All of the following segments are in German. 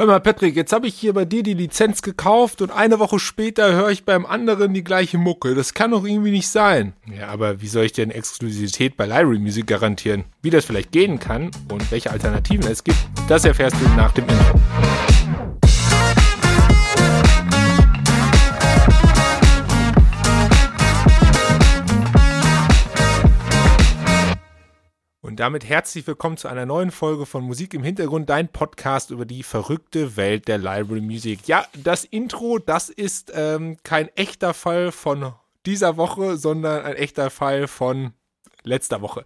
Hör mal, Patrick, jetzt habe ich hier bei dir die Lizenz gekauft und eine Woche später höre ich beim anderen die gleiche Mucke. Das kann doch irgendwie nicht sein. Ja, aber wie soll ich denn Exklusivität bei Library Music garantieren? Wie das vielleicht gehen kann und welche Alternativen es gibt, das erfährst du nach dem Intro. Und damit herzlich willkommen zu einer neuen Folge von Musik im Hintergrund, dein Podcast über die verrückte Welt der Library Music. Ja, das Intro, das ist kein echter Fall von dieser Woche, sondern ein echter Fall von letzter Woche.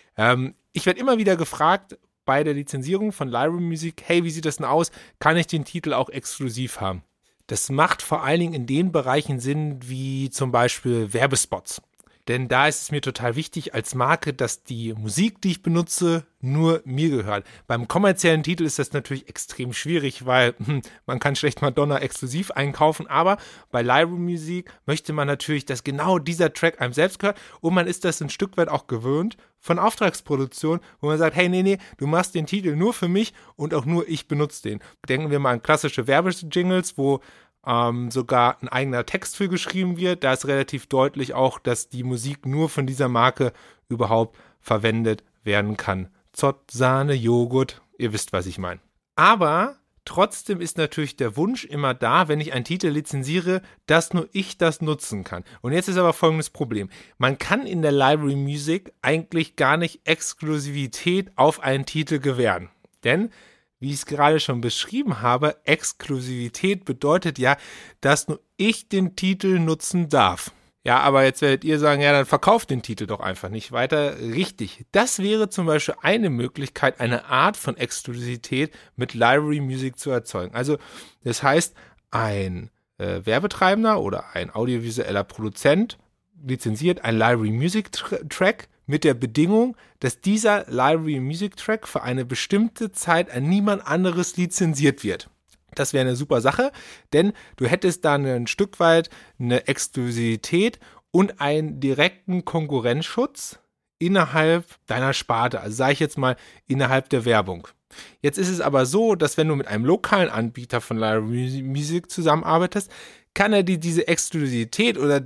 Ich werde immer wieder gefragt bei der Lizenzierung von Library Music, hey, wie sieht das denn aus? Kann ich den Titel auch exklusiv haben? Das macht vor allen Dingen in den Bereichen Sinn, wie zum Beispiel Werbespots. Denn da ist es mir total wichtig als Marke, dass die Musik, die ich benutze, nur mir gehört. Beim kommerziellen Titel ist das natürlich extrem schwierig, weil man kann schlecht Madonna exklusiv einkaufen, aber bei Library Music möchte man natürlich, dass genau dieser Track einem selbst gehört und man ist das ein Stück weit auch gewöhnt von Auftragsproduktion, wo man sagt, hey, nee, du machst den Titel nur für mich und auch nur ich benutze den. Denken wir mal an klassische Werbejingles, wo sogar ein eigener Text für geschrieben wird. Da ist relativ deutlich auch, dass die Musik nur von dieser Marke überhaupt verwendet werden kann. Zott, Sahne, Joghurt, ihr wisst, was ich meine. Aber trotzdem ist natürlich der Wunsch immer da, wenn ich einen Titel lizenziere, dass nur ich das nutzen kann. Und jetzt ist aber folgendes Problem. Man kann in der Library Music eigentlich gar nicht Exklusivität auf einen Titel gewähren. Denn wie ich es gerade schon beschrieben habe, Exklusivität bedeutet ja, dass nur ich den Titel nutzen darf. Ja, aber jetzt werdet ihr sagen, ja, dann verkauft den Titel doch einfach nicht weiter. Richtig, das wäre zum Beispiel eine Möglichkeit, eine Art von Exklusivität mit Library Music zu erzeugen. Also das heißt, ein Werbetreibender oder ein audiovisueller Produzent lizenziert einen Library Music Track mit der Bedingung, dass dieser Library Music Track für eine bestimmte Zeit an niemand anderes lizenziert wird. Das wäre eine super Sache, denn du hättest dann ein Stück weit eine Exklusivität und einen direkten Konkurrenzschutz innerhalb deiner Sparte, also sage ich jetzt mal innerhalb der Werbung. Jetzt ist es aber so, dass wenn du mit einem lokalen Anbieter von Library Music zusammenarbeitest, kann er dir diese Exklusivität oder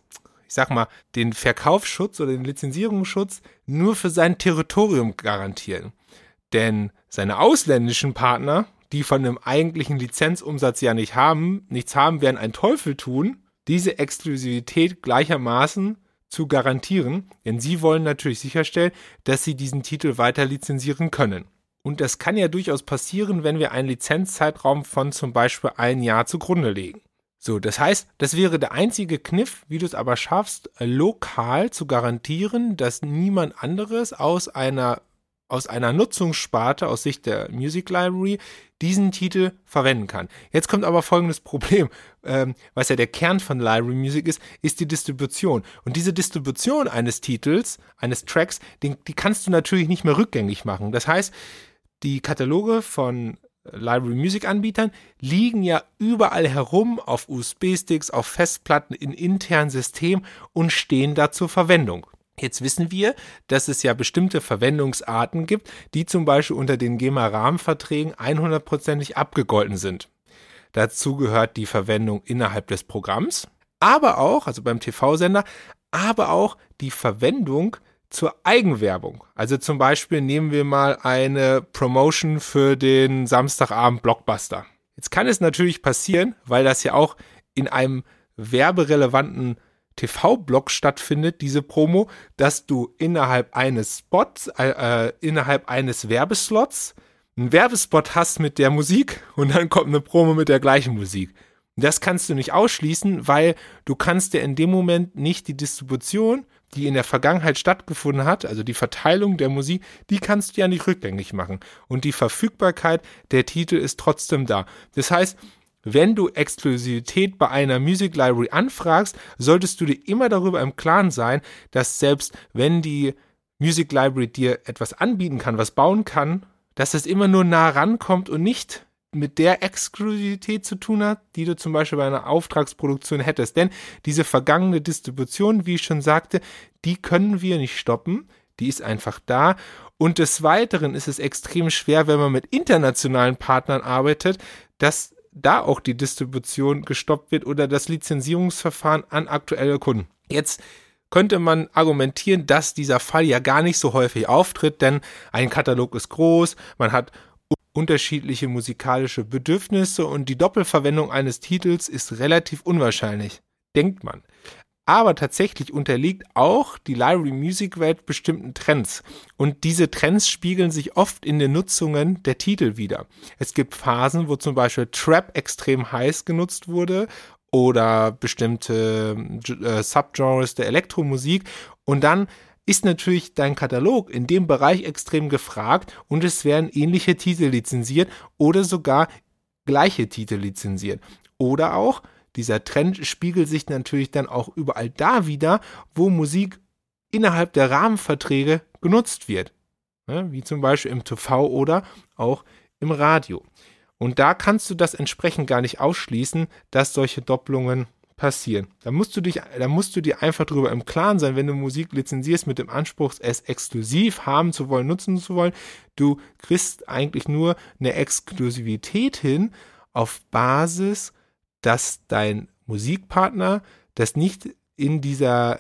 den Verkaufsschutz oder den Lizenzierungsschutz nur für sein Territorium garantieren. Denn seine ausländischen Partner, die von dem eigentlichen Lizenzumsatz ja nichts haben, werden einen Teufel tun, diese Exklusivität gleichermaßen zu garantieren, denn sie wollen natürlich sicherstellen, dass sie diesen Titel weiter lizenzieren können. Und das kann ja durchaus passieren, wenn wir einen Lizenzzeitraum von zum Beispiel 1 Jahr zugrunde legen. So, das heißt, das wäre der einzige Kniff, wie du es aber schaffst, lokal zu garantieren, dass niemand anderes aus einer Nutzungssparte aus Sicht der Music Library diesen Titel verwenden kann. Jetzt kommt aber folgendes Problem, was ja der Kern von Library Music ist die Distribution. Und diese Distribution eines Titels, eines Tracks, die kannst du natürlich nicht mehr rückgängig machen. Das heißt, die Kataloge von Library Music Anbietern liegen ja überall herum auf USB-Sticks, auf Festplatten in internen Systemen und stehen da zur Verwendung. Jetzt wissen wir, dass es ja bestimmte Verwendungsarten gibt, die zum Beispiel unter den GEMA-Rahmenverträgen 100%ig abgegolten sind. Dazu gehört die Verwendung innerhalb des Programms, aber auch, also beim TV-Sender, aber auch die Verwendung zur Eigenwerbung. Also zum Beispiel nehmen wir mal eine Promotion für den Samstagabend Blockbuster. Jetzt kann es natürlich passieren, weil das ja auch in einem werberelevanten TV-Block stattfindet, diese Promo, dass du innerhalb eines Spots, innerhalb eines Werbeslots einen Werbespot hast mit der Musik und dann kommt eine Promo mit der gleichen Musik. Das kannst du nicht ausschließen, weil du kannst dir in dem Moment nicht die Distribution, die in der Vergangenheit stattgefunden hat, also die Verteilung der Musik, die kannst du ja nicht rückgängig machen. Und die Verfügbarkeit der Titel ist trotzdem da. Das heißt, wenn du Exklusivität bei einer Music Library anfragst, solltest du dir immer darüber im Klaren sein, dass selbst wenn die Music Library dir etwas anbieten kann, was bauen kann, dass es immer nur nah rankommt und nicht mit der Exklusivität zu tun hat, die du zum Beispiel bei einer Auftragsproduktion hättest. Denn diese vergangene Distribution, wie ich schon sagte, die können wir nicht stoppen. Die ist einfach da. Und des Weiteren ist es extrem schwer, wenn man mit internationalen Partnern arbeitet, dass da auch die Distribution gestoppt wird oder das Lizenzierungsverfahren an aktuelle Kunden. Jetzt könnte man argumentieren, dass dieser Fall ja gar nicht so häufig auftritt, denn ein Katalog ist groß, man hat unterschiedliche musikalische Bedürfnisse und die Doppelverwendung eines Titels ist relativ unwahrscheinlich, denkt man. Aber tatsächlich unterliegt auch die Library-Music-Welt bestimmten Trends. Und diese Trends spiegeln sich oft in den Nutzungen der Titel wider. Es gibt Phasen, wo zum Beispiel Trap extrem heiß genutzt wurde oder bestimmte Subgenres der Elektromusik. Und dann ist natürlich dein Katalog in dem Bereich extrem gefragt und es werden ähnliche Titel lizenziert oder sogar gleiche Titel lizenziert. Oder auch dieser Trend spiegelt sich natürlich dann auch überall da wider, wo Musik innerhalb der Rahmenverträge genutzt wird. Ja, wie zum Beispiel im TV oder auch im Radio. Und da kannst du das entsprechend gar nicht ausschließen, dass solche Doppelungen passieren. Da musst du dir einfach drüber im Klaren sein, wenn du Musik lizenzierst mit dem Anspruch, es exklusiv haben zu wollen, nutzen zu wollen. Du kriegst eigentlich nur eine Exklusivität hin auf Basis, dass dein Musikpartner das nicht in dieser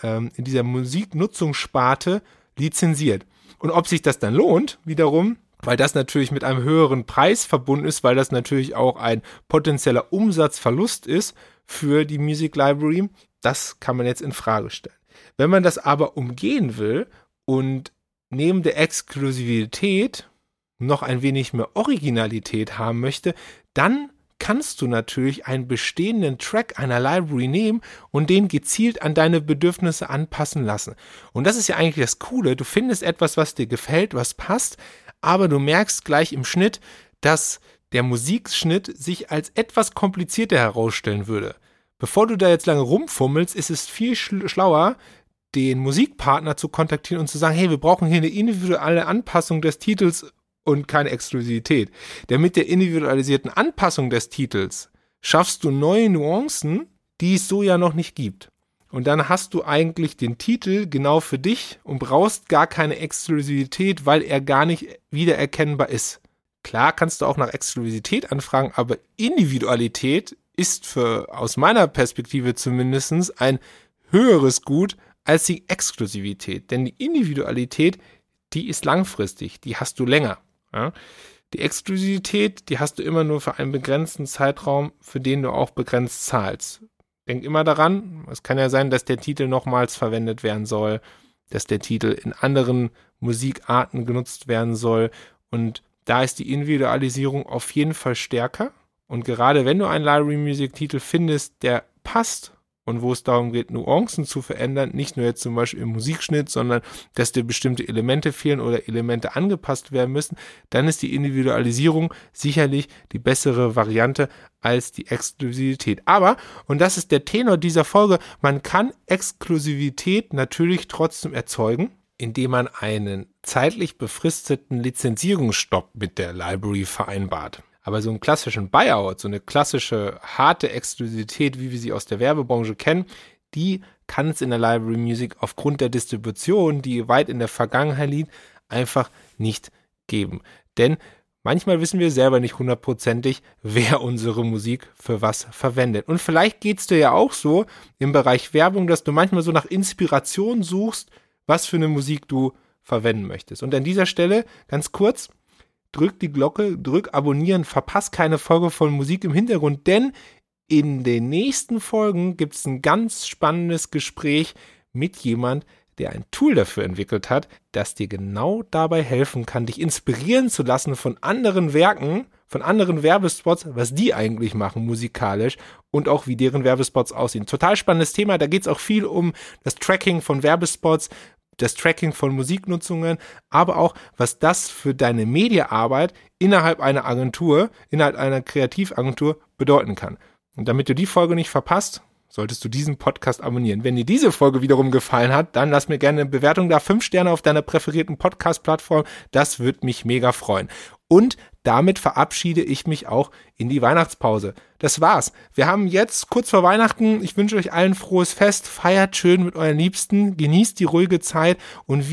Musiknutzungssparte lizenziert. Und ob sich das dann lohnt, wiederum, weil das natürlich mit einem höheren Preis verbunden ist, weil das natürlich auch ein potenzieller Umsatzverlust ist für die Music Library, das kann man jetzt in Frage stellen. Wenn man das aber umgehen will und neben der Exklusivität noch ein wenig mehr Originalität haben möchte, dann kannst du natürlich einen bestehenden Track einer Library nehmen und den gezielt an deine Bedürfnisse anpassen lassen. Und das ist ja eigentlich das Coole. Du findest etwas, was dir gefällt, was passt, aber du merkst gleich im Schnitt, dass der Musikschnitt sich als etwas komplizierter herausstellen würde. Bevor du da jetzt lange rumfummelst, ist es viel schlauer, den Musikpartner zu kontaktieren und zu sagen, hey, wir brauchen hier eine individuelle Anpassung des Titels und keine Exklusivität. Denn mit der individualisierten Anpassung des Titels schaffst du neue Nuancen, die es so ja noch nicht gibt. Und dann hast du eigentlich den Titel genau für dich und brauchst gar keine Exklusivität, weil er gar nicht wiedererkennbar ist. Klar kannst du auch nach Exklusivität anfragen, aber Individualität ist aus meiner Perspektive zumindest ein höheres Gut als die Exklusivität. Denn die Individualität, die ist langfristig, die hast du länger. Ja? Die Exklusivität, die hast du immer nur für einen begrenzten Zeitraum, für den du auch begrenzt zahlst. Denk immer daran, es kann ja sein, dass der Titel nochmals verwendet werden soll, dass der Titel in anderen Musikarten genutzt werden soll und da ist die Individualisierung auf jeden Fall stärker und gerade wenn du einen Library-Music-Titel findest, der passt und wo es darum geht, Nuancen zu verändern, nicht nur jetzt zum Beispiel im Musikschnitt, sondern dass dir bestimmte Elemente fehlen oder Elemente angepasst werden müssen, dann ist die Individualisierung sicherlich die bessere Variante als die Exklusivität. Aber, und das ist der Tenor dieser Folge, man kann Exklusivität natürlich trotzdem erzeugen, indem man einen zeitlich befristeten Lizenzierungsstopp mit der Library vereinbart. Aber so einen klassischen Buyout, so eine klassische harte Exklusivität, wie wir sie aus der Werbebranche kennen, die kann es in der Library Music aufgrund der Distribution, die weit in der Vergangenheit liegt, einfach nicht geben. Denn manchmal wissen wir selber nicht hundertprozentig, wer unsere Musik für was verwendet. Und vielleicht geht es dir ja auch so im Bereich Werbung, dass du manchmal so nach Inspiration suchst, was für eine Musik du verwenden möchtest. Und an dieser Stelle, ganz kurz, drück die Glocke, drück abonnieren, verpasst keine Folge von Musik im Hintergrund, denn in den nächsten Folgen gibt es ein ganz spannendes Gespräch mit jemand, der ein Tool dafür entwickelt hat, das dir genau dabei helfen kann, dich inspirieren zu lassen von anderen Werken, von anderen Werbespots, was die eigentlich machen musikalisch und auch wie deren Werbespots aussehen. Total spannendes Thema, da geht es auch viel um das Tracking von Werbespots, das Tracking von Musiknutzungen, aber auch, was das für deine Mediaarbeit innerhalb einer Agentur, innerhalb einer Kreativagentur bedeuten kann. Und damit du die Folge nicht verpasst, solltest du diesen Podcast abonnieren. Wenn dir diese Folge wiederum gefallen hat, dann lass mir gerne eine Bewertung da, 5 Sterne auf deiner präferierten Podcast-Plattform. Das würde mich mega freuen. Und damit verabschiede ich mich auch in die Weihnachtspause. Das war's. Wir haben jetzt kurz vor Weihnachten. Ich wünsche euch allen frohes Fest. Feiert schön mit euren Liebsten. Genießt die ruhige Zeit. Und wir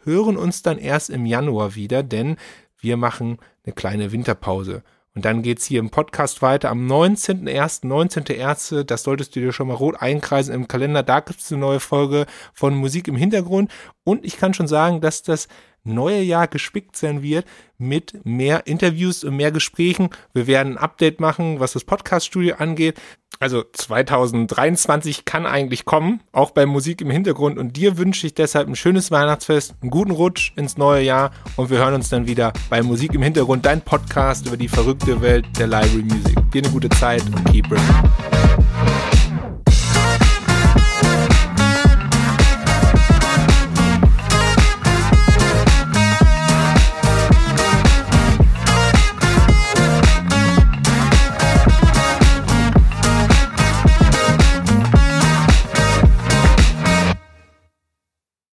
hören uns dann erst im Januar wieder, denn wir machen eine kleine Winterpause. Und dann geht's hier im Podcast weiter am 19.01., das solltest du dir schon mal rot einkreisen im Kalender, da gibt's eine neue Folge von Musik im Hintergrund. Und ich kann schon sagen, dass das neue Jahr gespickt sein wird mit mehr Interviews und mehr Gesprächen. Wir werden ein Update machen, was das Podcast-Studio angeht. Also 2023 kann eigentlich kommen, auch bei Musik im Hintergrund. Und dir wünsche ich deshalb ein schönes Weihnachtsfest, einen guten Rutsch ins neue Jahr. Und wir hören uns dann wieder bei Musik im Hintergrund, dein Podcast über die verrückte Welt der Library Music. Dir eine gute Zeit und keep rocking.